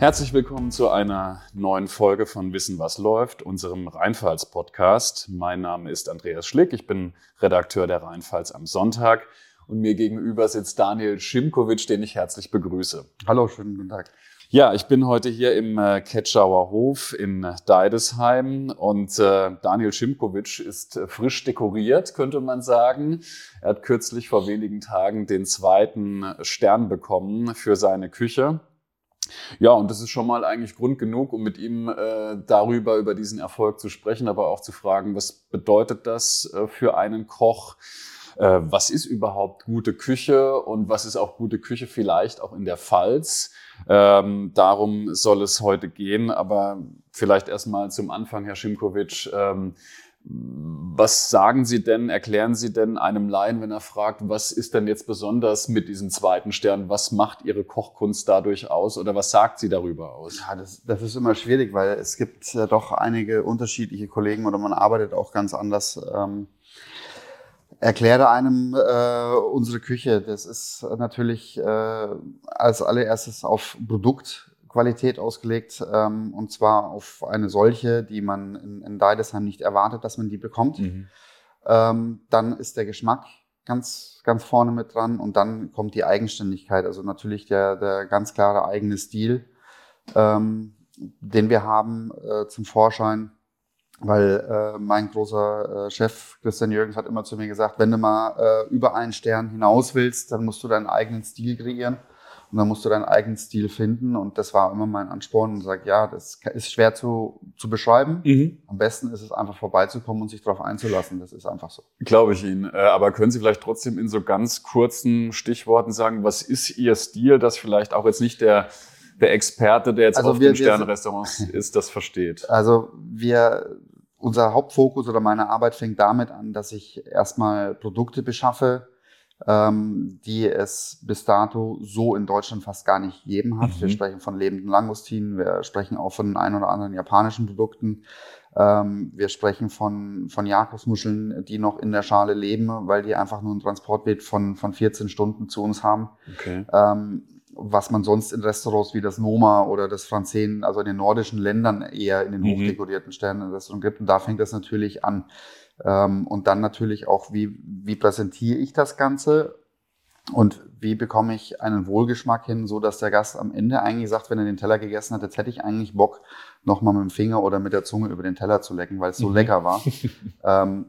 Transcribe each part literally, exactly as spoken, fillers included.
Herzlich willkommen zu einer neuen Folge von Wissen, was läuft, unserem Rheinpfalz-Podcast. Mein Name ist Andreas Schlick, ich bin Redakteur der Rheinpfalz am Sonntag und mir gegenüber sitzt Daniel Schimkowitsch, den ich herzlich begrüße. Hallo, schönen guten Tag. Ja, ich bin heute hier im äh, Ketschauer Hof in Deidesheim und äh, Daniel Schimkowitsch ist äh, frisch dekoriert, könnte man sagen. Er hat kürzlich vor wenigen Tagen den zweiten Stern bekommen für seine Küche. Ja, und das ist schon mal eigentlich Grund genug, um mit ihm äh, darüber, über diesen Erfolg zu sprechen, aber auch zu fragen, was bedeutet das äh, für einen Koch? Äh, was ist überhaupt gute Küche und was ist auch gute Küche vielleicht auch in der Pfalz? Ähm, darum soll es heute gehen, aber vielleicht erstmal zum Anfang, Herr Schimkowitsch. Ähm, Was sagen Sie denn, erklären Sie denn einem Laien, wenn er fragt, was ist denn jetzt besonders mit diesem zweiten Stern? Was macht Ihre Kochkunst dadurch aus oder was sagt sie darüber aus? Ja, das, das ist immer schwierig, weil es gibt ja doch einige unterschiedliche Kollegen oder man arbeitet auch ganz anders. Ähm, erkläre einem äh, unsere Küche. Das ist natürlich äh, als allererstes auf Produktqualität ausgelegt, ähm, und zwar auf eine solche, die man in, in Deidesheim nicht erwartet, dass man die bekommt. Mhm. Ähm, dann ist der Geschmack ganz, ganz vorne mit dran und dann kommt die Eigenständigkeit, also natürlich der, der ganz klare eigene Stil, ähm, den wir haben äh, zum Vorschein, weil äh, mein großer äh, Chef Christian Jürgens hat immer zu mir gesagt, wenn du mal äh, über einen Stern hinaus willst, dann musst du deinen eigenen Stil kreieren. Und dann musst du deinen eigenen Stil finden. Und das war immer mein Ansporn. Und ich sage, ja, das ist schwer zu, zu beschreiben. Mhm. Am besten ist es einfach vorbeizukommen und sich darauf einzulassen. Das ist einfach so. Glaube ich Ihnen. Äh, Aber können Sie vielleicht trotzdem in so ganz kurzen Stichworten sagen, was ist Ihr Stil, dass vielleicht auch jetzt nicht der, der Experte, der jetzt Also auf wir- den wir- Sternenrestaurants ist, das versteht? Also wir, unser Hauptfokus oder meine Arbeit fängt damit an, dass ich erstmal Produkte beschaffe, ähm, die es bis dato so in Deutschland fast gar nicht gegeben hat. Mhm. Wir sprechen von lebenden Langustinen, wir sprechen auch von ein oder anderen japanischen Produkten. Ähm, wir sprechen von, von Jakobsmuscheln, die noch in der Schale leben, weil die einfach nur einen Transportweg von, von vierzehn Stunden zu uns haben. Okay. Ähm, was man sonst in Restaurants wie das Noma oder das Franzen, also in den nordischen Ländern eher in den Mhm. hochdekorierten Sternenrestaurants gibt. Und da fängt das natürlich an. Ähm, und dann natürlich auch, wie, wie präsentiere ich das Ganze und wie bekomme ich einen Wohlgeschmack hin, so dass der Gast am Ende eigentlich sagt, wenn er den Teller gegessen hat, jetzt hätte ich eigentlich Bock, nochmal mit dem Finger oder mit der Zunge über den Teller zu lecken, weil es so Mhm. lecker war. ähm,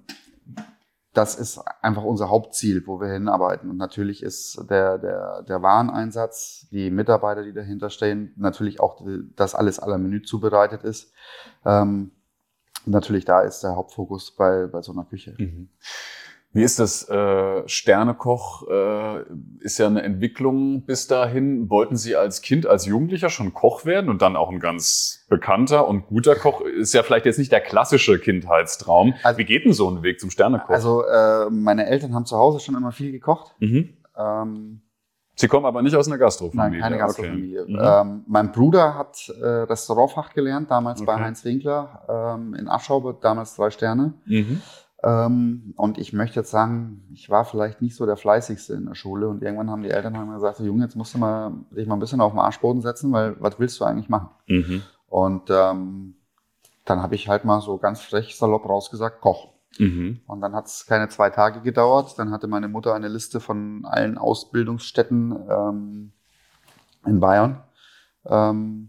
das ist einfach unser Hauptziel, wo wir hinarbeiten. Und natürlich ist der, der, der Wareneinsatz, die Mitarbeiter, die dahinter stehen, natürlich auch, dass alles à la Menü zubereitet ist. Ähm, natürlich da ist der Hauptfokus bei, bei so einer Küche. Mhm. Wie ist das? Äh, Sternekoch äh, ist ja eine Entwicklung bis dahin. Wollten Sie als Kind, als Jugendlicher schon Koch werden und dann auch ein ganz bekannter und guter Koch? Ist ja vielleicht jetzt nicht der klassische Kindheitstraum. Also- Wie geht denn so ein Weg zum Sternekoch? Also äh, meine Eltern haben zu Hause schon immer viel gekocht. Mhm. Ähm, Sie kommen aber nicht aus einer Gastrofamilie? Nein, keine Okay. Gastrofamilie. Mhm. Ähm, mein Bruder hat äh, Restaurantfach gelernt, damals bei Okay. Heinz Winkler ähm, in Aschau, damals drei Sterne. Mhm. Ähm, und ich möchte jetzt sagen, ich war vielleicht nicht so der Fleißigste in der Schule. Und irgendwann haben die Eltern haben gesagt, so, Junge, jetzt musst du mal, dich mal ein bisschen auf den Arschboden setzen, weil was willst du eigentlich machen? Mhm. Und ähm, dann habe ich halt mal so ganz frech salopp rausgesagt, Koch. Mhm. Und dann hat es keine zwei Tage gedauert. Dann hatte meine Mutter eine Liste von allen Ausbildungsstätten ähm, in Bayern ähm,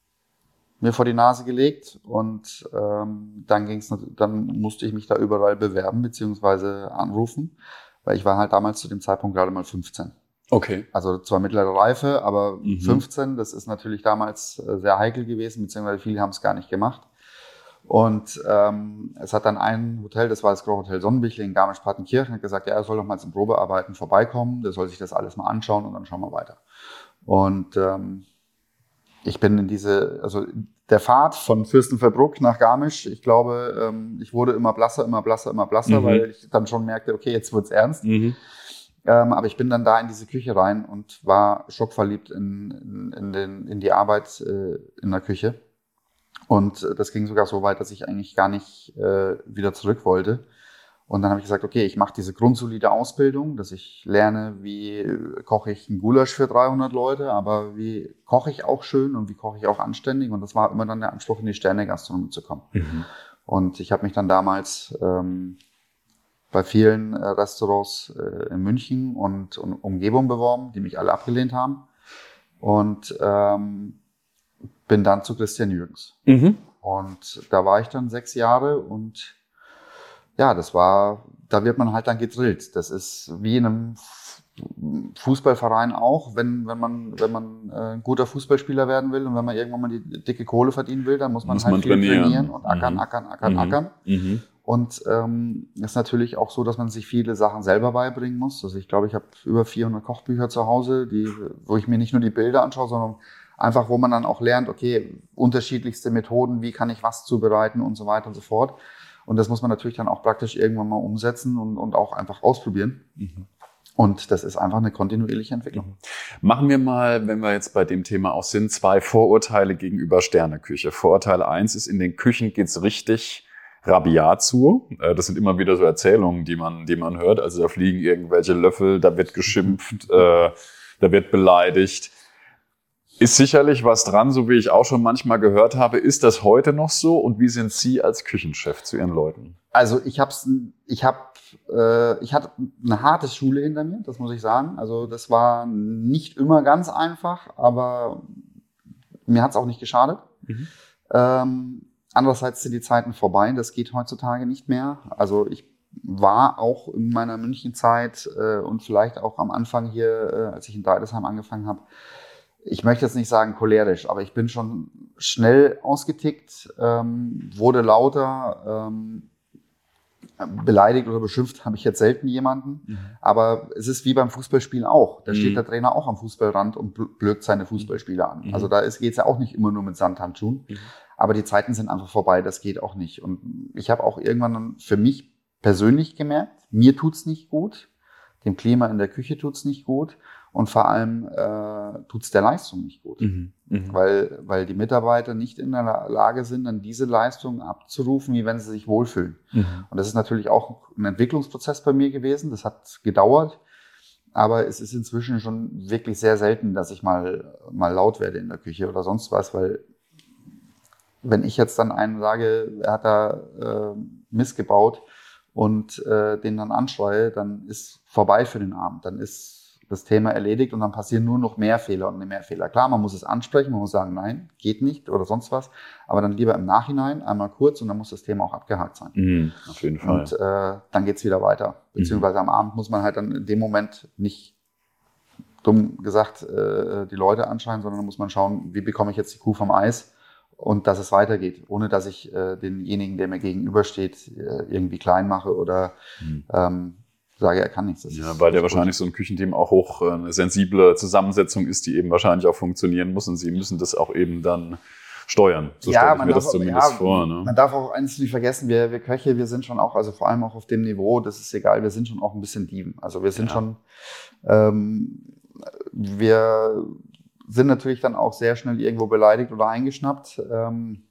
mir vor die Nase gelegt. Und ähm, dann ging's, dann musste ich mich da überall bewerben beziehungsweise anrufen, weil ich war halt damals zu dem Zeitpunkt gerade mal fünfzehn. Okay. Also zwar mittlere Reife, aber Mhm. fünfzehn, das ist natürlich damals äh, sehr heikel gewesen, beziehungsweise viele haben es gar nicht gemacht. Und ähm, es hat dann ein Hotel, das war das Grand Hotel Sonnenbichl in Garmisch-Partenkirchen, hat gesagt, ja, er soll doch mal zum Probearbeiten vorbeikommen, der soll sich das alles mal anschauen und dann schauen wir weiter. Und ähm, ich bin in diese, also der Fahrt von Fürstenfeldbruck nach Garmisch, ich glaube, ähm, ich wurde immer blasser, immer blasser, immer blasser, Mhm. weil ich dann schon merkte, okay, jetzt wird's ernst. Mhm. Ähm, aber ich bin dann da in diese Küche rein und war schockverliebt in, in, in, den, in die Arbeit äh, in der Küche. Und äh, das ging sogar so weit, dass ich eigentlich gar nicht äh, wieder zurück wollte. Und dann habe ich gesagt, okay, ich mache diese grundsolide Ausbildung, dass ich lerne, wie koche ich einen Gulasch für dreihundert Leute, aber wie koche ich auch schön und wie koche ich auch anständig. Und das war immer dann der Anspruch, in die Sterne-Gastronomie zu kommen. Mhm. Und ich habe mich dann damals ähm, bei vielen äh, Restaurants äh, in München und, und Umgebung beworben, die mich alle abgelehnt haben. Und ähm, bin dann zu Christian Jürgens. Mhm. Und da war ich dann sechs Jahre und ja, das war, da wird man halt dann gedrillt. Das ist wie in einem Fußballverein auch, wenn, wenn man, wenn man äh, ein guter Fußballspieler werden will und wenn man irgendwann mal die dicke Kohle verdienen will, dann muss man muss halt man viel trainieren. trainieren und ackern, mhm. ackern, ackern, mhm. ackern. Mhm. Und ähm, ist natürlich auch so, dass man sich viele Sachen selber beibringen muss. Also ich glaube, ich habe über vierhundert Kochbücher zu Hause, die, wo ich mir nicht nur die Bilder anschaue, sondern einfach, wo man dann auch lernt, okay, unterschiedlichste Methoden, wie kann ich was zubereiten und so weiter und so fort. Und das muss man natürlich dann auch praktisch irgendwann mal umsetzen und, und auch einfach ausprobieren. Mhm. Und das ist einfach eine kontinuierliche Entwicklung. Machen wir mal, wenn wir jetzt bei dem Thema auch sind, zwei Vorurteile gegenüber Sterneküche. Vorurteil eins ist, in den Küchen geht's richtig rabiat zu. Das sind immer wieder so Erzählungen, die man, die man hört. Also da fliegen irgendwelche Löffel, da wird geschimpft, äh, da wird beleidigt. Ist sicherlich was dran, so wie ich auch schon manchmal gehört habe. Ist das heute noch so? Und wie sind Sie als Küchenchef zu Ihren Leuten? Also ich hab's, ich hab, äh, ich hatte eine harte Schule hinter mir, das muss ich sagen. Also das war nicht immer ganz einfach, aber mir hat's auch nicht geschadet. Mhm. Ähm, andererseits sind die Zeiten vorbei. Das geht heutzutage nicht mehr. Also ich war auch in meiner Münchenzeit äh, und vielleicht auch am Anfang hier, äh, als ich in Deidesheim angefangen habe, ich möchte jetzt nicht sagen cholerisch, aber ich bin schon schnell ausgetickt, ähm, wurde lauter, ähm, beleidigt oder beschimpft habe ich jetzt selten jemanden. Mhm. Aber es ist wie beim Fußballspielen auch. Da mhm. steht der Trainer auch am Fußballrand und blökt seine Fußballspieler an. Mhm. Also da geht es ja auch nicht immer nur mit Sandhandschuhen. Mhm. Aber die Zeiten sind einfach vorbei, das geht auch nicht. Und ich habe auch irgendwann für mich persönlich gemerkt, mir tut's nicht gut, dem Klima in der Küche tut's nicht gut. Und vor allem äh, tut's der Leistung nicht gut, mhm, mh. weil, weil die Mitarbeiter nicht in der Lage sind, dann diese Leistung abzurufen, wie wenn sie sich wohlfühlen. Mhm. Und das ist natürlich auch ein Entwicklungsprozess bei mir gewesen. Das hat gedauert, aber es ist inzwischen schon wirklich sehr selten, dass ich mal, mal laut werde in der Küche oder sonst was, weil wenn ich jetzt dann einen sage, er hat da äh, Mist gebaut und äh, den dann anschreie, dann ist vorbei für den Abend. Dann ist das Thema erledigt und dann passieren nur noch mehr Fehler und mehr Fehler. Klar, man muss es ansprechen, man muss sagen, nein, geht nicht oder sonst was, aber dann lieber im Nachhinein einmal kurz und dann muss das Thema auch abgehakt sein. Mhm, auf jeden Fall. Und äh, dann geht's wieder weiter. Beziehungsweise mhm. am Abend muss man halt dann in dem Moment nicht, dumm gesagt, äh, die Leute anschreien, sondern dann muss man schauen, wie bekomme ich jetzt die Kuh vom Eis und dass es weitergeht, ohne dass ich äh, denjenigen, der mir gegenübersteht, äh, irgendwie klein mache oder mhm. ähm, sage, er kann nichts. Das ja, weil der wahrscheinlich so ein Küchenteam auch hoch äh, eine sensible Zusammensetzung ist, die eben wahrscheinlich auch funktionieren muss und Sie müssen das auch eben dann steuern. So ja, stelle ich mir darf, das zumindest ja, vor. Ne? Man darf auch eins nicht vergessen, wir, wir Köche, wir sind schon auch, also vor allem auch auf dem Niveau, das ist egal, wir sind schon auch ein bisschen Dieven. Also wir sind ja. schon, ähm, wir sind natürlich dann auch sehr schnell irgendwo beleidigt oder eingeschnappt. Ähm,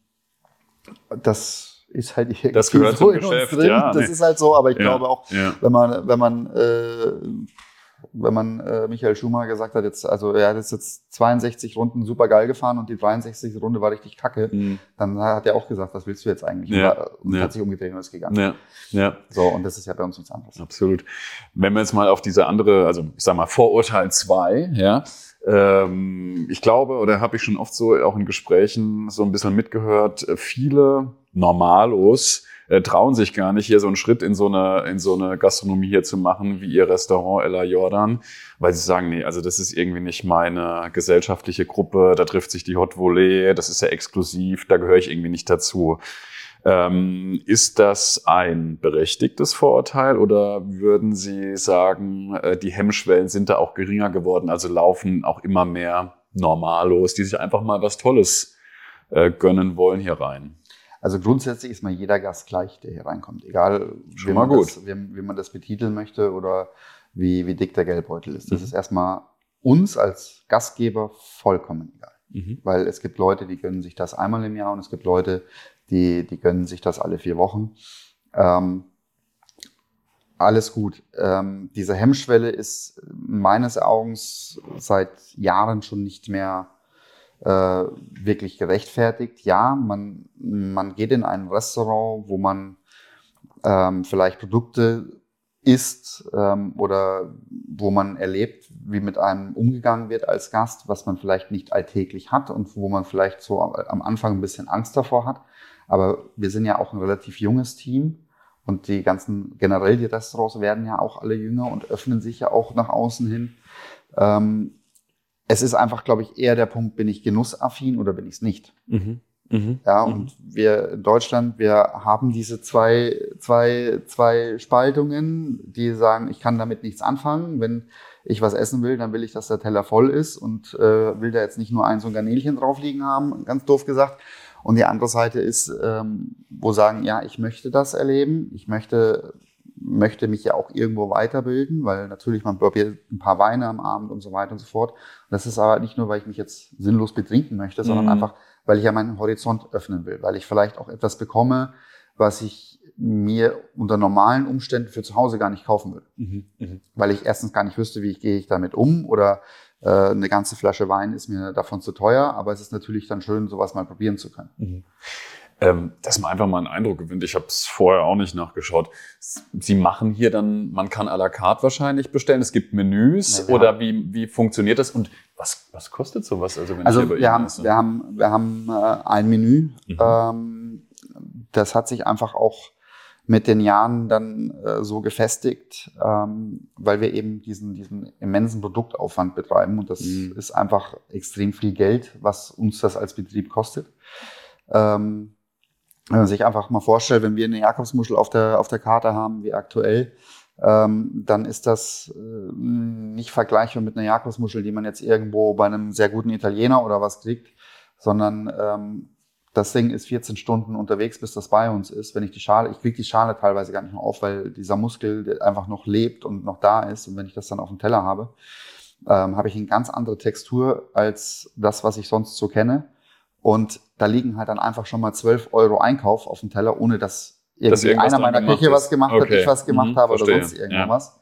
das ist halt irgendwie das gehört so zum in Geschäft, uns drin. Ja, das nee. ist halt so, aber ich ja, glaube auch, ja. wenn man, wenn man, äh, wenn man äh, Michael Schumacher gesagt hat, jetzt, also er hat jetzt, jetzt zweiundsechzig Runden super geil gefahren und die dreiundsechzigste Runde war richtig kacke, mhm. dann hat er auch gesagt, was willst du jetzt eigentlich? Ja, und ja. hat sich umgedreht und ist gegangen. Ja, ja. So, und das ist ja bei uns nichts anderes. Absolut. Wenn wir jetzt mal auf diese andere, also ich sag mal Vorurteil zwei, ja, ähm, ich glaube, oder habe ich schon oft so auch in Gesprächen so ein bisschen mitgehört, viele Normalos äh, trauen sich gar nicht, hier so einen Schritt in so eine in so eine Gastronomie hier zu machen, wie ihr Restaurant Ella Jordan, weil sie sagen, nee, also das ist irgendwie nicht meine gesellschaftliche Gruppe, da trifft sich die Hot Volée, das ist ja exklusiv, da gehöre ich irgendwie nicht dazu. Ähm, ist das ein berechtigtes Vorurteil oder würden Sie sagen, äh, die Hemmschwellen sind da auch geringer geworden, also laufen auch immer mehr Normalos, die sich einfach mal was Tolles äh, gönnen wollen hier rein? Also grundsätzlich ist mal jeder Gast gleich, der hier reinkommt. Egal, wie man, das, wie, wie man das betiteln möchte oder wie, wie dick der Geldbeutel ist. Das mhm. ist erstmal uns als Gastgeber vollkommen egal. Mhm. Weil es gibt Leute, die gönnen sich das einmal im Jahr und es gibt Leute, die, die gönnen sich das alle vier Wochen. Ähm, alles gut. Ähm, diese Hemmschwelle ist meines Erachtens seit Jahren schon nicht mehr äh, wirklich gerechtfertigt. Ja, man, man geht in ein Restaurant, wo man ähm, vielleicht Produkte isst ähm, oder wo man erlebt, wie mit einem umgegangen wird als Gast, was man vielleicht nicht alltäglich hat und wo man vielleicht so am Anfang ein bisschen Angst davor hat. Aber wir sind ja auch ein relativ junges Team und die ganzen, generell die Restaurants werden ja auch alle jünger und öffnen sich ja auch nach außen hin. Ähm, es ist einfach, glaube ich, eher der Punkt, bin ich genussaffin oder bin ich es nicht? Mhm. Mhm. Ja, Mhm. und wir in Deutschland, wir haben diese zwei, zwei, zwei Spaltungen, die sagen, ich kann damit nichts anfangen. Wenn ich was essen will, dann will ich, dass der Teller voll ist und äh, will da jetzt nicht nur ein so ein Garnelchen drauf liegen haben, ganz doof gesagt. Und die andere Seite ist, ähm, wo sagen, ja, ich möchte das erleben, ich möchte, möchte mich ja auch irgendwo weiterbilden, weil natürlich man probiert ein paar Weine am Abend und so weiter und so fort. Das ist aber nicht nur, weil ich mich jetzt sinnlos betrinken möchte, sondern Mhm. einfach, weil ich ja meinen Horizont öffnen will, weil ich vielleicht auch etwas bekomme, was ich mir unter normalen Umständen für zu Hause gar nicht kaufen würde. Mhm. Mhm. Weil ich erstens gar nicht wüsste, wie ich, gehe ich damit um oder äh, eine ganze Flasche Wein ist mir davon zu teuer, aber es ist natürlich dann schön, sowas mal probieren zu können. Mhm. Ähm, dass man einfach mal einen Eindruck gewinnt. Ich habe es vorher auch nicht nachgeschaut. Sie machen hier dann, man kann à la carte wahrscheinlich bestellen. Es gibt Menüs Nee, wir oder wie, wie funktioniert das? Und was, was kostet sowas? Also, wenn ich Also hier bei wir Ihnen haben, esse? wir haben, wir haben äh, ein Menü. Mhm. Ähm, das hat sich einfach auch mit den Jahren dann äh, so gefestigt, ähm, weil wir eben diesen, diesen immensen Produktaufwand betreiben. Und das Mhm. ist einfach extrem viel Geld, was uns das als Betrieb kostet. Ähm, wenn man sich einfach mal vorstellt, wenn wir eine Jakobsmuschel auf der, auf der Karte haben, wie aktuell, ähm, dann ist das äh, nicht vergleichbar mit einer Jakobsmuschel, die man jetzt irgendwo bei einem sehr guten Italiener oder was kriegt, sondern ähm, das Ding ist vierzehn Stunden unterwegs, bis das bei uns ist. Wenn ich die Schale, ich kriege die Schale teilweise gar nicht mehr auf, weil dieser Muskel der einfach noch lebt und noch da ist. Und wenn ich das dann auf dem Teller habe, ähm, habe ich eine ganz andere Textur als das, was ich sonst so kenne. Und da liegen halt dann einfach schon mal zwölf Euro Einkauf auf dem Teller, ohne dass Dass irgendwie irgendwas einer dran meiner gemacht Küche ist. was gemacht hat, Okay. ich was gemacht Mhm, habe verstehe. oder sonst irgendwo Ja. was.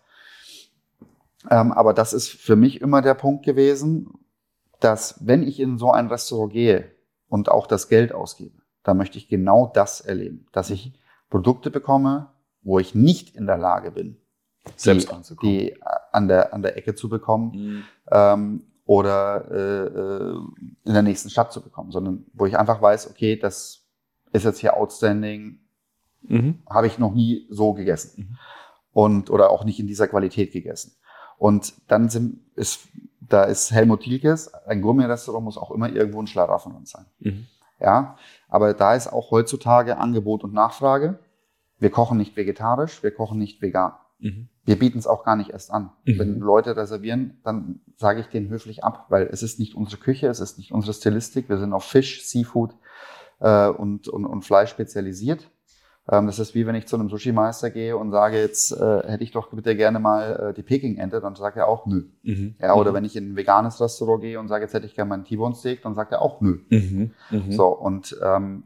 Ähm, aber das ist für mich immer der Punkt gewesen, dass wenn ich in so ein Restaurant gehe und auch das Geld ausgebe, dann möchte ich genau das erleben, dass ich Produkte bekomme, wo ich nicht in der Lage bin, Selbst die, ranzukommen. die äh, an der, an der Ecke zu bekommen. Mhm. Ähm, oder äh, in der nächsten Stadt zu bekommen, sondern wo ich einfach weiß, okay, das ist jetzt hier outstanding, Mhm. habe ich noch nie so gegessen Mhm. und oder auch nicht in dieser Qualität gegessen. Und dann sind, ist, da ist Helmut Thielkes, ein Gourmet-Restaurant muss auch immer irgendwo ein Schlaraffenland sein. Mhm. Ja, aber da ist auch heutzutage Angebot und Nachfrage. Wir kochen nicht vegetarisch, wir kochen nicht vegan. Mhm. Wir bieten es auch gar nicht erst an. Mhm. Wenn Leute reservieren, dann sage ich denen höflich ab, weil es ist nicht unsere Küche, es ist nicht unsere Stilistik. Wir sind auf Fisch, Seafood äh, und, und, und Fleisch spezialisiert. Ähm, das ist wie wenn ich zu einem Sushi-Meister gehe und sage, jetzt äh, hätte ich doch bitte gerne mal äh, die Peking-Ente, dann sagt er auch nö. Mhm. Ja, oder Mhm. wenn ich in ein veganes Restaurant gehe und sage, jetzt hätte ich gerne mal einen T-Bone-Steak, dann sagt er auch nö. Mhm. Mhm. So, und ähm,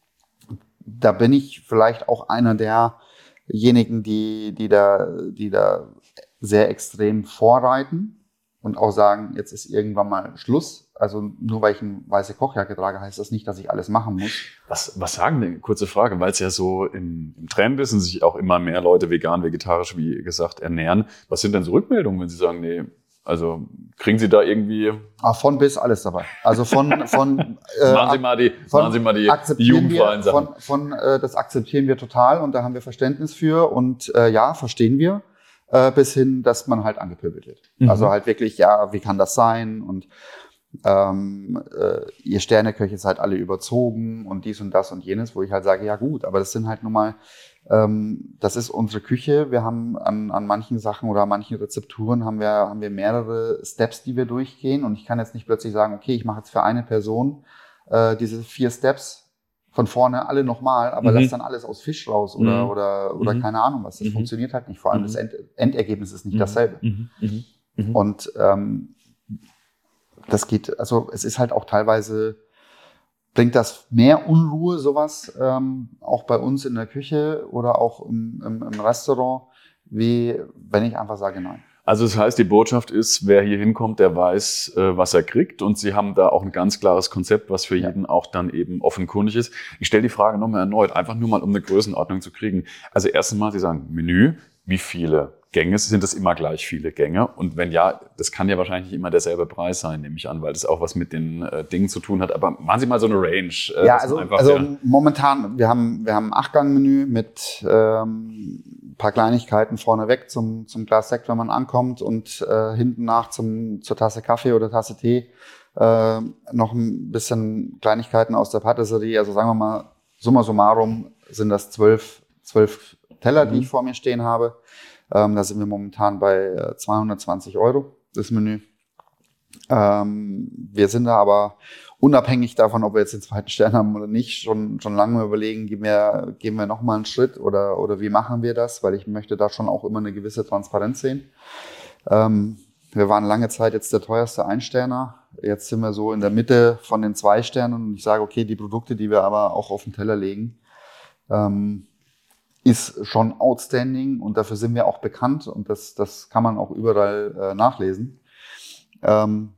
da bin ich vielleicht auch einer derjenigen, die, die da, die da sehr extrem vorreiten und auch sagen, jetzt ist irgendwann mal Schluss. Also nur weil ich eine weiße Kochjacke trage, heißt das nicht, dass ich alles machen muss. Was, was sagen denn, kurze Frage, weil es ja so im, im Trend ist und sich auch immer mehr Leute vegan, vegetarisch, wie gesagt, ernähren. Was sind denn so Rückmeldungen, wenn Sie sagen, nee, also kriegen Sie da irgendwie, Ah, von bis alles dabei. Also von, von, äh, machen Sie mal die, von machen Sie mal die, die akzeptieren jugendfreien wir, Sachen. von, von äh, das akzeptieren wir total und da haben wir Verständnis für und äh, ja, verstehen wir, äh, bis hin, dass man halt angepöbelt wird. Mhm. Also halt wirklich, ja, wie kann das sein und ähm, äh, ihr Sterneköche seid alle überzogen und dies und das und jenes, wo ich halt sage, ja gut, aber das sind halt nun mal, ähm, das ist unsere Küche. Wir haben an, an manchen Sachen oder an manchen Rezepturen haben wir, haben wir mehrere Steps, die wir durchgehen und ich kann jetzt nicht plötzlich sagen, okay, ich mache jetzt für eine Person äh, diese vier Steps von vorne alle nochmal, aber Mhm. lass dann alles aus Fisch raus oder, Mhm. oder, oder Mhm. keine Ahnung was. Das Mhm. funktioniert halt nicht. Vor allem Mhm. das End Endergebnis ist nicht Mhm. dasselbe. Mhm. Mhm. Mhm. Und ähm, das geht, also es ist halt auch teilweise, bringt das mehr Unruhe, sowas, ähm, auch bei uns in der Küche oder auch im, im, im Restaurant, wie wenn ich einfach sage nein. Also das heißt, die Botschaft ist, wer hier hinkommt, der weiß, was er kriegt. Und Sie haben da auch ein ganz klares Konzept, was für ja. jeden auch dann eben offenkundig ist. Ich stelle die Frage nochmal erneut, einfach nur mal, um eine Größenordnung zu kriegen. Also erstens mal, Sie sagen Menü, wie viele Gänge? Sind das immer gleich viele Gänge? Und wenn ja, das kann ja wahrscheinlich nicht immer derselbe Preis sein, nehme ich an, weil das auch was mit den äh, Dingen zu tun hat. Aber machen Sie mal so eine Range. Äh, ja, also, einfach, also ja. momentan, wir haben, wir haben ein Acht-Gang-Menü mit ähm, ein paar Kleinigkeiten vorneweg zum, zum Glas Sekt, wenn man ankommt, und äh, hinten nach zum, zur Tasse Kaffee oder Tasse Tee äh, noch ein bisschen Kleinigkeiten aus der Patisserie. Also sagen wir mal, summa summarum sind das zwölf, zwölf Teller, mhm. die ich vor mir stehen habe. Ähm, da sind wir momentan bei zweihundertzwanzig Euro, das Menü. Ähm, wir sind da aber unabhängig davon, ob wir jetzt den zweiten Stern haben oder nicht, schon, schon lange überlegen, gehen wir, gehen wir nochmal einen Schritt oder, oder wie machen wir das? Weil ich möchte da schon auch immer eine gewisse Transparenz sehen. Ähm, wir waren lange Zeit jetzt der teuerste Einsterner. Jetzt sind wir so in der Mitte von den zwei Sternen und ich sage, okay, die Produkte, die wir aber auch auf den Teller legen, ähm, ist schon outstanding und dafür sind wir auch bekannt und das, das kann man auch überall äh, nachlesen. Ähm,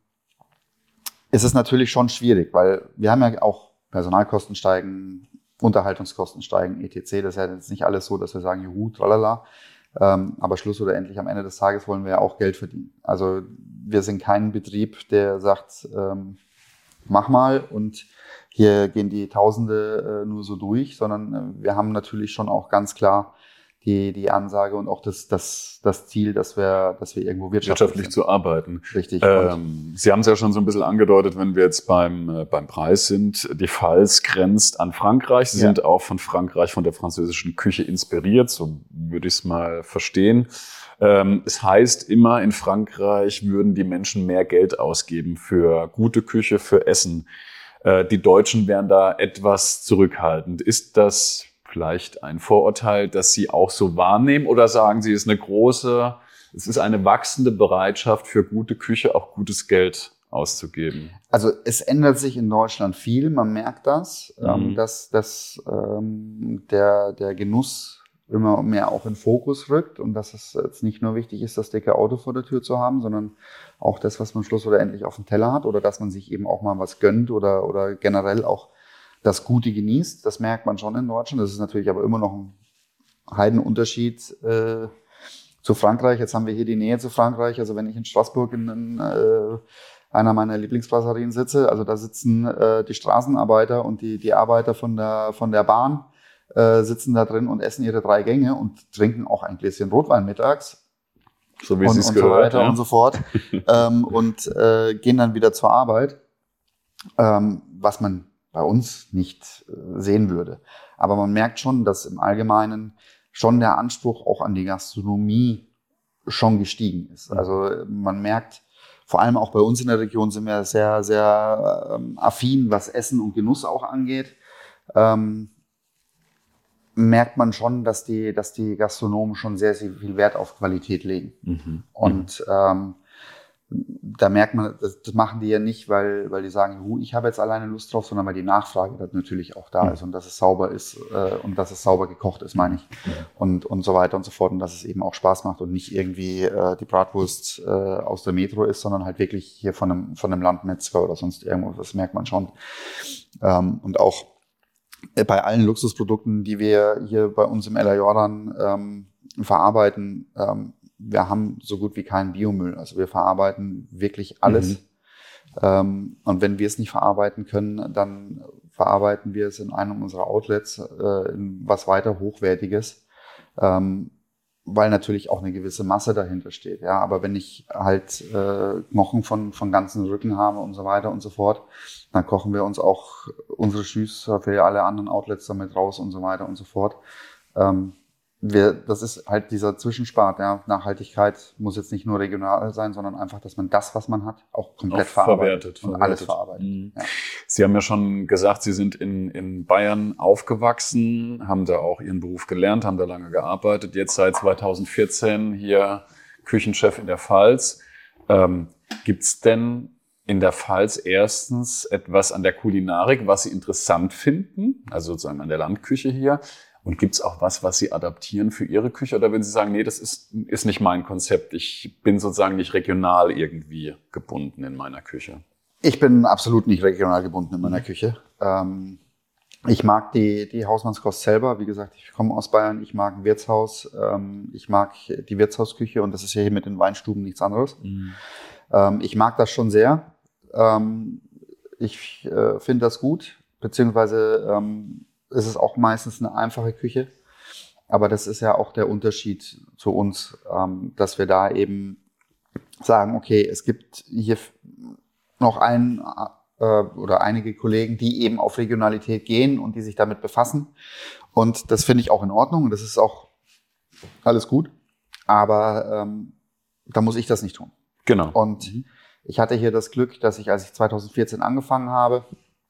es ist natürlich schon schwierig, weil wir haben ja auch Personalkosten steigen, Unterhaltungskosten steigen, et cetera. Das ist ja jetzt nicht alles so, dass wir sagen, juhu, tralala. Ähm, aber Schluss oder endlich am Ende des Tages wollen wir ja auch Geld verdienen. Also wir sind kein Betrieb, der sagt, ähm, mach mal und hier gehen die Tausende äh, nur so durch, sondern äh, wir haben natürlich schon auch ganz klar die, die Ansage und auch das, das, das Ziel, dass wir, dass wir irgendwo wirtschaftlich, wirtschaftlich zu arbeiten. Richtig. Ähm, Sie haben es ja schon so ein bisschen angedeutet, wenn wir jetzt beim, äh, beim Preis sind. Die Pfalz grenzt an Frankreich. Sie ja. sind auch von Frankreich, von der französischen Küche inspiriert, so würde ich es mal verstehen. Ähm, es heißt immer, in Frankreich würden die Menschen mehr Geld ausgeben für gute Küche, für Essen. Äh, die Deutschen wären da etwas zurückhaltend. Ist das vielleicht ein Vorurteil, das Sie auch so wahrnehmen? Oder sagen Sie, es ist eine große, es ist eine wachsende Bereitschaft für gute Küche, auch gutes Geld auszugeben? Also es ändert sich in Deutschland viel, man merkt das, Mhm. ähm, dass, dass ähm, der, der Genuss immer mehr auch in Fokus rückt und dass es jetzt nicht nur wichtig ist, das dicke Auto vor der Tür zu haben, sondern auch das, was man Schluss oder endlich auf dem Teller hat oder dass man sich eben auch mal was gönnt oder, oder generell auch das Gute genießt. Das merkt man schon in Deutschland. Das ist natürlich aber immer noch ein Heidenunterschied äh, zu Frankreich. Jetzt haben wir hier die Nähe zu Frankreich. Also wenn ich in Straßburg in, in äh, einer meiner Lieblingsbrasserien sitze, also da sitzen äh, die Straßenarbeiter und die, die Arbeiter von der, von der Bahn, äh, sitzen da drin und essen ihre drei Gänge und trinken auch ein Gläschen Rotwein mittags. So wie und, Sie es und gehört, so weiter ja. und so fort. ähm, und äh, gehen dann wieder zur Arbeit, ähm, was man bei uns nicht äh, sehen würde. Aber man merkt schon, dass im Allgemeinen schon der Anspruch auch an die Gastronomie schon gestiegen ist. Also man merkt, vor allem auch bei uns in der Region sind wir sehr, sehr ähm, affin, was Essen und Genuss auch angeht. Ähm, merkt man schon, dass die, dass die Gastronomen schon sehr, sehr viel Wert auf Qualität legen. Mhm. Und ähm, da merkt man, das, das machen die ja nicht, weil, weil die sagen, hu, ich habe jetzt alleine Lust drauf, sondern weil die Nachfrage dann natürlich auch da ist und dass es sauber ist äh, und dass es sauber gekocht ist, meine ich. Und, und so weiter und so fort. Und dass es eben auch Spaß macht und nicht irgendwie äh, die Bratwurst äh, aus der Metro ist, sondern halt wirklich hier von einem, von einem Landmetzger oder sonst irgendwo. Das merkt man schon. Ähm, und auch bei allen Luxusprodukten, die wir hier bei uns im Ella Jordan ähm, verarbeiten, ähm, wir haben so gut wie keinen Biomüll. Also wir verarbeiten wirklich alles. Mhm. Ähm, und wenn wir es nicht verarbeiten können, dann verarbeiten wir es in einem unserer Outlets äh, in was weiter Hochwertiges, ähm, weil natürlich auch eine gewisse Masse dahinter steht. Ja, aber wenn ich halt äh, Knochen von, von ganzen Rücken habe und so weiter und so fort, dann kochen wir uns auch unsere Schüs für alle anderen Outlets damit raus und so weiter und so fort. Ähm, Wir, das ist halt dieser Zwischenspart. Ja. Nachhaltigkeit muss jetzt nicht nur regional sein, sondern einfach, dass man das, was man hat, auch komplett auch verarbeitet verwertet, und verwertet. alles verarbeitet. Mhm. Ja. Sie haben ja schon gesagt, Sie sind in, in Bayern aufgewachsen, haben da auch Ihren Beruf gelernt, haben da lange gearbeitet. Jetzt seit zweitausendvierzehn hier Küchenchef in der Pfalz. Ähm, gibt's denn in der Pfalz erstens etwas an der Kulinarik, was Sie interessant finden, also sozusagen an der Landküche hier? Und gibt es auch was, was Sie adaptieren für Ihre Küche? Oder wenn Sie sagen, nee, das ist, ist nicht mein Konzept, ich bin sozusagen nicht regional irgendwie gebunden in meiner Küche? Ich bin absolut nicht regional gebunden in meiner mhm. Küche. Ähm, ich mag die, die Hausmannskost selber. Wie gesagt, ich komme aus Bayern, ich mag ein Wirtshaus, ähm, ich mag die Wirtshausküche und das ist ja hier mit den Weinstuben nichts anderes. Mhm. Ähm, ich mag das schon sehr. Ähm, ich äh, finde das gut, beziehungsweise ähm, es ist auch meistens eine einfache Küche. Aber das ist ja auch der Unterschied zu uns, ähm, dass wir da eben sagen, okay, es gibt hier noch einen äh, oder einige Kollegen, die eben auf Regionalität gehen und die sich damit befassen. Und das finde ich auch in Ordnung und das ist auch alles gut. Aber ähm, da muss ich das nicht tun. Genau. Und mhm. ich hatte hier das Glück, dass ich, als ich zweitausendvierzehn angefangen habe,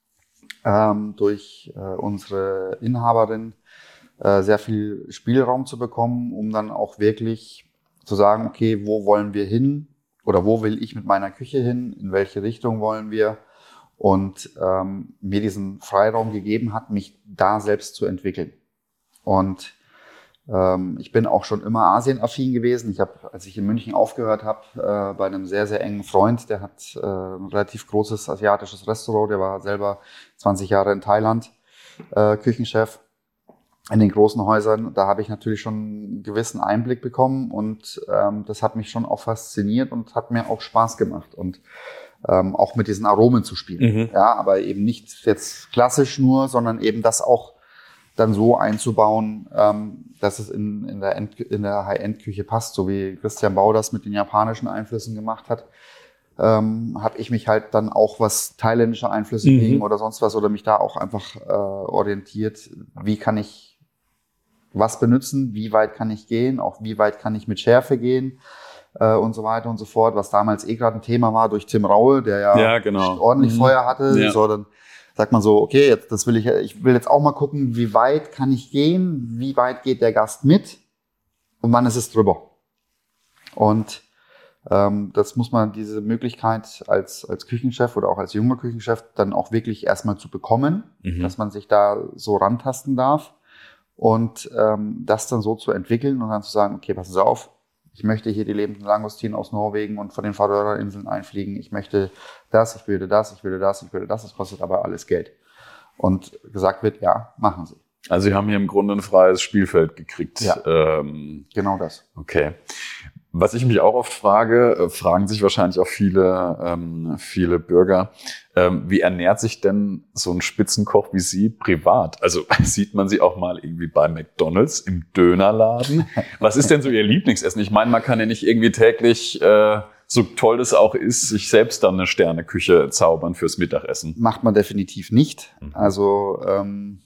ähm, durch äh, unsere Inhaberin äh, sehr viel Spielraum zu bekommen, um dann auch wirklich zu sagen, okay, wo wollen wir hin oder wo will ich mit meiner Küche hin, in welche Richtung wollen wir und ähm, mir diesen Freiraum gegeben hat, mich da selbst zu entwickeln. Und ähm, ich bin auch schon immer asienaffin gewesen. Ich habe, als ich in München aufgehört habe, äh, bei einem sehr, sehr engen Freund, der hat äh, ein relativ großes asiatisches Restaurant, der war selber zwanzig Jahre in Thailand, äh, Küchenchef in den großen Häusern. Da habe ich natürlich schon einen gewissen Einblick bekommen und ähm, das hat mich schon auch fasziniert und hat mir auch Spaß gemacht und ähm, auch mit diesen Aromen zu spielen. Mhm. Ja, aber eben nicht jetzt klassisch nur, sondern eben das auch dann so einzubauen, ähm, dass es in, in der, End, in der High-End-Küche passt, so wie Christian Bau das mit den japanischen Einflüssen gemacht hat. Ähm, habe ich mich halt dann auch, was thailändische Einflüsse mhm. ging oder sonst was, oder mich da auch einfach äh, orientiert, wie kann ich was benutzen, wie weit kann ich gehen, auch wie weit kann ich mit Schärfe gehen äh, und so weiter und so fort, was damals eh gerade ein Thema war durch Tim Raue, der ja, ja genau. ordentlich mhm. Feuer hatte, ja. so dann sagt man so, okay, jetzt, das will ich, ich will jetzt auch mal gucken, wie weit kann ich gehen, wie weit geht der Gast mit und wann ist es drüber. Und ähm, das muss man, diese Möglichkeit als, als Küchenchef oder auch als junger Küchenchef dann auch wirklich erstmal zu bekommen, mhm. dass man sich da so rantasten darf und ähm, das dann so zu entwickeln und dann zu sagen, okay, passen Sie auf, ich möchte hier die lebenden Langustinen aus Norwegen und von den Färöerinseln einfliegen. Ich möchte das, ich will das, ich will das, ich will das. Das kostet aber alles Geld. Und gesagt wird, ja, machen Sie. Also Sie haben hier im Grunde ein freies Spielfeld gekriegt. Ja, ähm, genau das. Okay. Was ich mich auch oft frage, fragen sich wahrscheinlich auch viele, ähm, viele Bürger, ähm, wie ernährt sich denn so ein Spitzenkoch wie Sie privat? Also sieht man Sie auch mal irgendwie bei McDonald's im Dönerladen? Was ist denn so Ihr Lieblingsessen? Ich meine, man kann ja nicht irgendwie täglich, äh, so toll das auch ist, sich selbst dann eine Sterneküche zaubern fürs Mittagessen. Macht man definitiv nicht. Mhm. Also ähm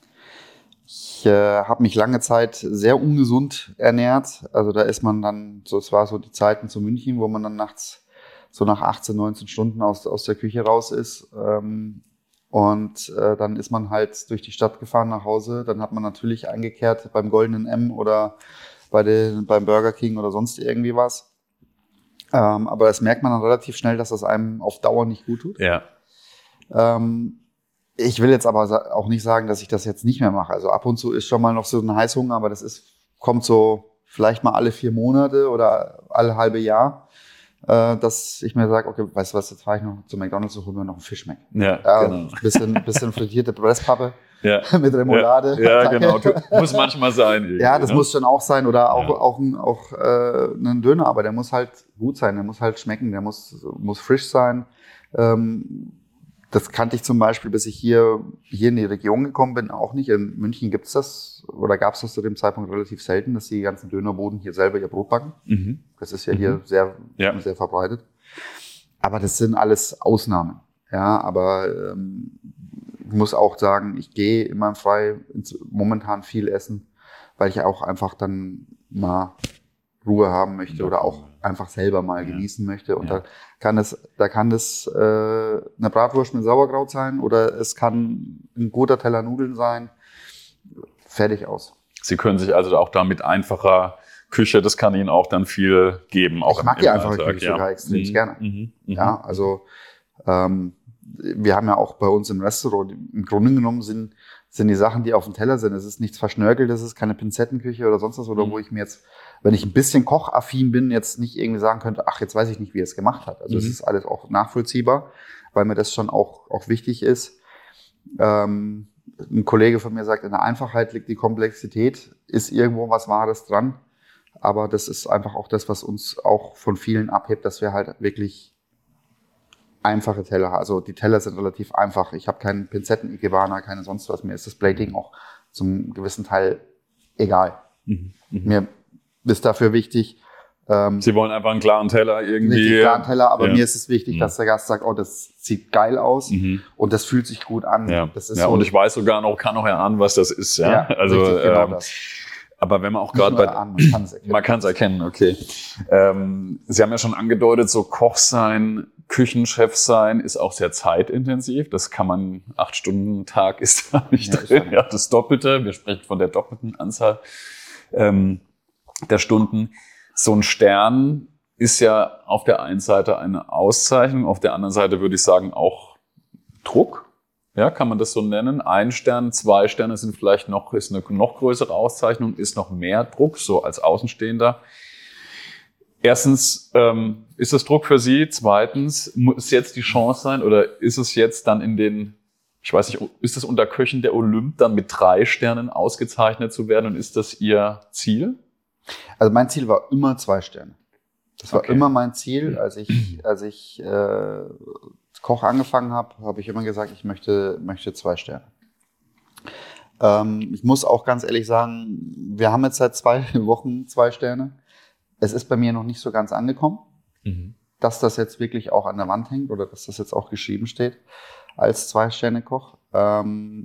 Ich äh, habe mich lange Zeit sehr ungesund ernährt. Also da ist man dann, so es war so die Zeiten zu München, wo man dann nachts so nach achtzehn, neunzehn Stunden aus, aus der Küche raus ist. Ähm, und äh, dann ist man halt durch die Stadt gefahren nach Hause. Dann hat man natürlich eingekehrt beim Goldenen M oder bei den, beim Burger King oder sonst irgendwie was. Ähm, aber das merkt man dann relativ schnell, dass das einem auf Dauer nicht gut tut. Ja. Ähm, Ich will jetzt aber auch nicht sagen, dass ich das jetzt nicht mehr mache. Also ab und zu ist schon mal noch so ein Heißhunger, aber das ist, kommt so vielleicht mal alle vier Monate oder alle halbe Jahr, äh, dass ich mir sage, okay, weißt du was, jetzt fahre ich noch zu McDonald's und hole mir noch einen Fischmeck. Ja, ja, genau. bisschen, bisschen frittierte Presspappe ja. mit Remoulade. Ja, ja genau. Muss manchmal sein. Ja, das ne? muss schon auch sein. Oder auch, ja. auch, ein, auch äh, ein Döner, aber der muss halt gut sein, der muss halt schmecken, der muss, muss frisch sein. Ähm, Das kannte ich zum Beispiel, bis ich hier, hier in die Region gekommen bin, auch nicht. In München gibt's das oder gab es das zu dem Zeitpunkt relativ selten, dass die ganzen Dönerboden hier selber ihr Brot backen. Mhm. Das ist ja hier mhm. sehr, ja. sehr verbreitet. Aber das sind alles Ausnahmen. Ja, aber ähm, ich muss auch sagen, ich gehe in meinem Frei momentan viel essen, weil ich auch einfach dann mal Ruhe haben möchte ja. oder auch einfach selber mal ja. genießen möchte. Und ja. da kann es, da kann das äh, eine Bratwurst mit Sauerkraut sein oder es kann ein guter Teller Nudeln sein. Fertig aus. Sie können sich also auch da mit einfacher Küche, das kann Ihnen auch dann viel geben. Auch ich mag im, die im einfache Alltag, Küche ja. sogar extrem mhm. gerne. Mhm. Ja, also ähm, wir haben ja auch bei uns im Restaurant, im Grunde genommen sind, sind die Sachen, die auf dem Teller sind, es ist nichts Verschnörkelt, es ist keine Pinzettenküche oder sonst was, oder mhm. wo ich mir jetzt, wenn ich ein bisschen kochaffin bin, jetzt nicht irgendwie sagen könnte, ach, jetzt weiß ich nicht, wie er es gemacht hat. Also es mhm. ist alles auch nachvollziehbar, weil mir das schon auch, auch wichtig ist. Ähm, ein Kollege von mir sagt, in der Einfachheit liegt die Komplexität, ist irgendwo was Wahres dran, aber das ist einfach auch das, was uns auch von vielen abhebt, dass wir halt wirklich einfache Teller, also die Teller sind relativ einfach. Ich habe keinen Pinzetten-Ikebana, keine sonst was. Mir ist das Plating auch zum gewissen Teil egal. Mhm. Mhm. Mir ist dafür wichtig. Ähm, Sie wollen einfach einen klaren Teller irgendwie. Nicht einen klaren Teller, aber ja. mir ist es wichtig, mhm. dass der Gast sagt, oh, das sieht geil aus mhm. und das fühlt sich gut an. Ja, das ist ja so, und ich weiß sogar noch, kann auch erahnen, was das ist. Ja, ja also richtig, genau ähm, das. Aber wenn man auch gerade bei... Erahnen, man kann es erkennen. Man kann es erkennen, okay. Ähm, Sie haben ja schon angedeutet, so Koch sein, Küchenchef sein, ist auch sehr zeitintensiv. Das kann man, acht Stunden Tag ist da nicht ja, drin. Ja, das Doppelte. Wir sprechen von der doppelten Anzahl ähm, der Stunden. So ein Stern ist ja auf der einen Seite eine Auszeichnung, auf der anderen Seite würde ich sagen auch Druck. Ja, kann man das so nennen? Ein Stern, zwei Sterne sind vielleicht noch, ist eine noch größere Auszeichnung, ist noch mehr Druck, so als Außenstehender. Erstens, ähm, ist es Druck für Sie? Zweitens, muss jetzt die Chance sein oder ist es jetzt dann in den, ich weiß nicht, ist es unter Köchen der Olymp dann mit drei Sternen ausgezeichnet zu werden und ist das Ihr Ziel? Also mein Ziel war immer zwei Sterne. Das war okay. immer mein Ziel, als ich, als ich äh, Koch angefangen habe, habe ich immer gesagt, ich möchte, möchte zwei Sterne. Ähm, ich muss auch ganz ehrlich sagen, wir haben jetzt seit zwei Wochen zwei Sterne. Es ist bei mir noch nicht so ganz angekommen, mhm. dass das jetzt wirklich auch an der Wand hängt oder dass das jetzt auch geschrieben steht als Zwei-Sterne-Koch. Ähm,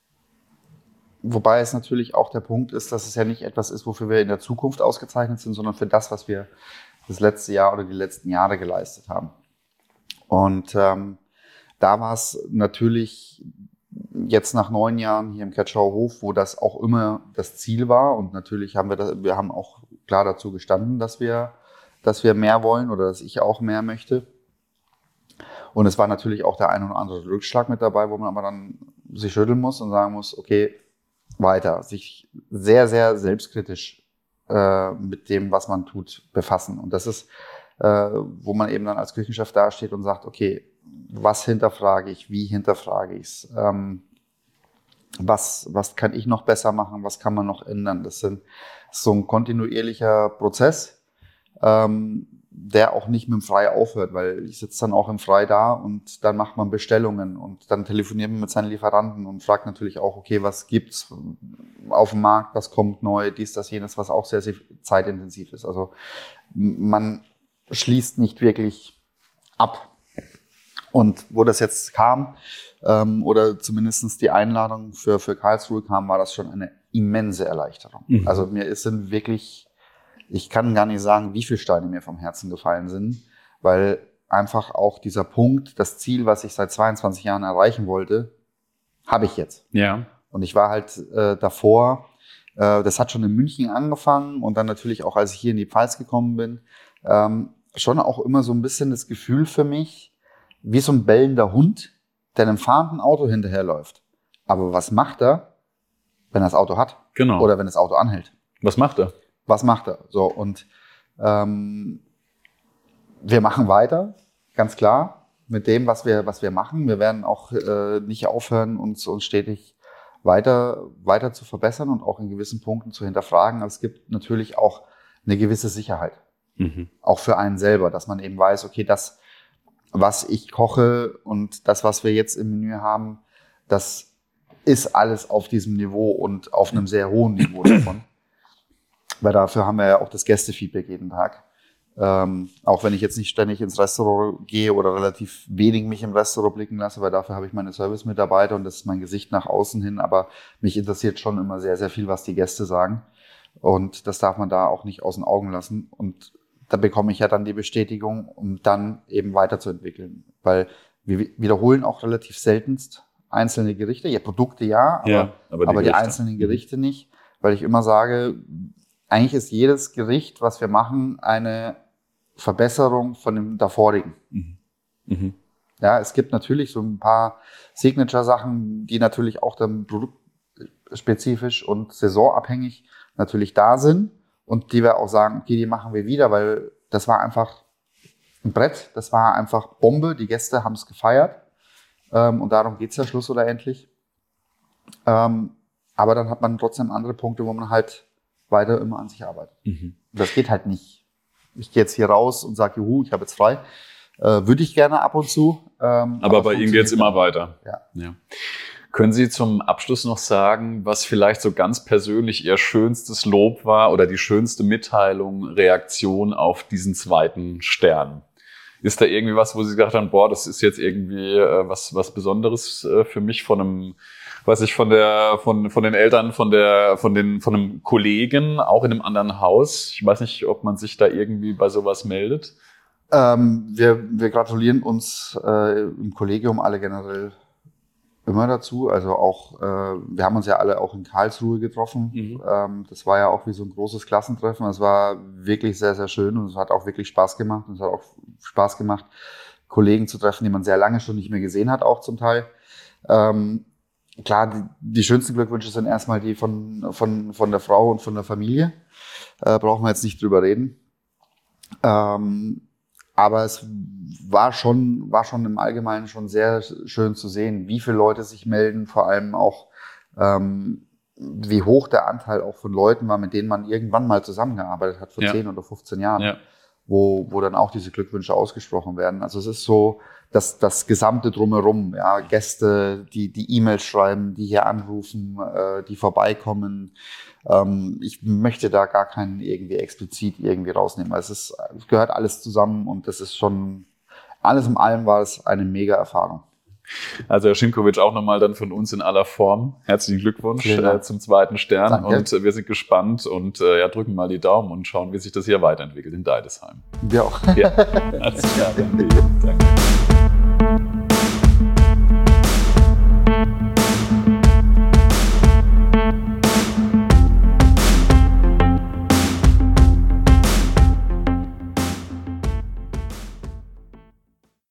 wobei es natürlich auch der Punkt ist, dass es ja nicht etwas ist, wofür wir in der Zukunft ausgezeichnet sind, sondern für das, was wir das letzte Jahr oder die letzten Jahre geleistet haben. Und ähm, da war es natürlich jetzt nach neun Jahren hier im Ketschauer Hof, wo das auch immer das Ziel war. Und natürlich haben wir das, wir haben auch klar dazu gestanden, dass wir, dass wir mehr wollen oder dass ich auch mehr möchte. Und es war natürlich auch der ein oder andere Rückschlag mit dabei, wo man aber dann sich schütteln muss und sagen muss, okay, weiter, sich sehr, sehr selbstkritisch äh, mit dem, was man tut, befassen. Und das ist, äh, wo man eben dann als Küchenchef dasteht und sagt, okay, was hinterfrage ich, wie hinterfrage ich es, ähm, was, was kann ich noch besser machen, was kann man noch ändern. Das sind so ein kontinuierlicher Prozess, ähm, der auch nicht mit dem Frei aufhört, weil ich sitze dann auch im Frei da und dann macht man Bestellungen und dann telefoniert man mit seinen Lieferanten und fragt natürlich auch, okay, was gibt's auf dem Markt, was kommt neu, dies, das, jenes, was auch sehr, sehr zeitintensiv ist. Also man schließt nicht wirklich ab. Und wo das jetzt kam, ähm, oder zumindest die Einladung für, für Karlsruhe kam, war das schon eine immense Erleichterung. Mhm. Also mir ist sind wirklich, ich kann gar nicht sagen, wie viele Steine mir vom Herzen gefallen sind, weil einfach auch dieser Punkt, das Ziel, was ich seit zweiundzwanzig Jahren erreichen wollte, habe ich jetzt. Ja. Und ich war halt äh, davor, äh, das hat schon in München angefangen und dann natürlich auch, als ich hier in die Pfalz gekommen bin, ähm, schon auch immer so ein bisschen das Gefühl für mich, wie so ein bellender Hund, der einem fahrenden Auto hinterherläuft. Aber was macht er, wenn er das Auto hat? Genau. Oder wenn das Auto anhält? Was macht er? Was macht er? So, und ähm, wir machen weiter, ganz klar, mit dem, was wir, was wir machen. Wir werden auch äh, nicht aufhören, uns, uns stetig weiter, weiter zu verbessern und auch in gewissen Punkten zu hinterfragen. Aber es gibt natürlich auch eine gewisse Sicherheit. Mhm. Auch für einen selber, dass man eben weiß, okay, das, was ich koche und das, was wir jetzt im Menü haben, das ist alles auf diesem Niveau und auf einem sehr hohen Niveau davon. Weil dafür haben wir ja auch das Gästefeedback jeden Tag. Ähm, auch wenn ich jetzt nicht ständig ins Restaurant gehe oder relativ wenig mich im Restaurant blicken lasse, weil dafür habe ich meine Service-Mitarbeiter und das ist mein Gesicht nach außen hin. Aber mich interessiert schon immer sehr, sehr viel, was die Gäste sagen. Und das darf man da auch nicht aus den Augen lassen. Und da bekomme ich ja dann die Bestätigung, um dann eben weiterzuentwickeln. Weil wir wiederholen auch relativ seltenst einzelne Gerichte. Ja, Produkte ja, aber, ja, aber, die, aber die einzelnen Gerichte nicht. Weil ich immer sage, eigentlich ist jedes Gericht, was wir machen, eine Verbesserung von dem davorigen. Mhm. Mhm. Ja, es gibt natürlich so ein paar Signature-Sachen, die natürlich auch dann produktspezifisch und saisonabhängig natürlich da sind und die wir auch sagen, okay, die machen wir wieder, weil das war einfach ein Brett, das war einfach Bombe, die Gäste haben es gefeiert ähm, und darum geht's ja Schluss oder endlich. Ähm, aber dann hat man trotzdem andere Punkte, wo man halt weiter immer an sich arbeitet. Mhm. Das geht halt nicht. Ich gehe jetzt hier raus und sage, juhu, ich habe jetzt frei. Äh, würde ich gerne ab und zu. Ähm, aber, aber bei Ihnen geht es immer weiter. Ja. Ja. Können Sie zum Abschluss noch sagen, was vielleicht so ganz persönlich Ihr schönstes Lob war oder die schönste Mitteilung, Reaktion auf diesen zweiten Stern? Ist da irgendwie was, wo Sie gesagt haben, boah, das ist jetzt irgendwie äh, was, was Besonderes äh, für mich von einem, weiß ich, von der, von, von den Eltern, von der, von den, von einem Kollegen, auch in einem anderen Haus? Ich weiß nicht, ob man sich da irgendwie bei sowas meldet. Ähm, wir, wir gratulieren uns äh, im Kollegium alle generell immer dazu. Also auch, äh, wir haben uns ja alle auch in Karlsruhe getroffen. Mhm. Ähm, das war ja auch wie so ein großes Klassentreffen. Es war wirklich sehr, sehr schön und es hat auch wirklich Spaß gemacht. Und es hat auch Spaß gemacht, Kollegen zu treffen, die man sehr lange schon nicht mehr gesehen hat, auch zum Teil. Ähm, klar, die, die schönsten Glückwünsche sind erstmal die von, von, von der Frau und von der Familie. Äh, brauchen wir jetzt nicht drüber reden. Ähm, Aber es war schon, war schon im Allgemeinen schon sehr schön zu sehen, wie viele Leute sich melden, vor allem auch, ähm, wie hoch der Anteil auch von Leuten war, mit denen man irgendwann mal zusammengearbeitet hat, vor ja. zehn oder fünfzehn Jahren, ja. wo, wo dann auch diese Glückwünsche ausgesprochen werden. Also es ist so, dass das gesamte Drumherum, ja, Gäste, die, die E-Mails schreiben, die hier anrufen, äh, die vorbeikommen. Ähm, ich möchte da gar keinen irgendwie explizit irgendwie rausnehmen. Also es, ist, es gehört alles zusammen und das ist schon, alles in allem war es eine mega Erfahrung. Also Herr Szymkowicz, auch nochmal dann von uns in aller Form. Herzlichen Glückwunsch äh, zum zweiten Stern. Danke. Und äh, wir sind gespannt und äh, ja, drücken mal die Daumen und schauen, wie sich das hier weiterentwickelt in Deidesheim. Wir auch. Ja, alles klar. Danke. Danke.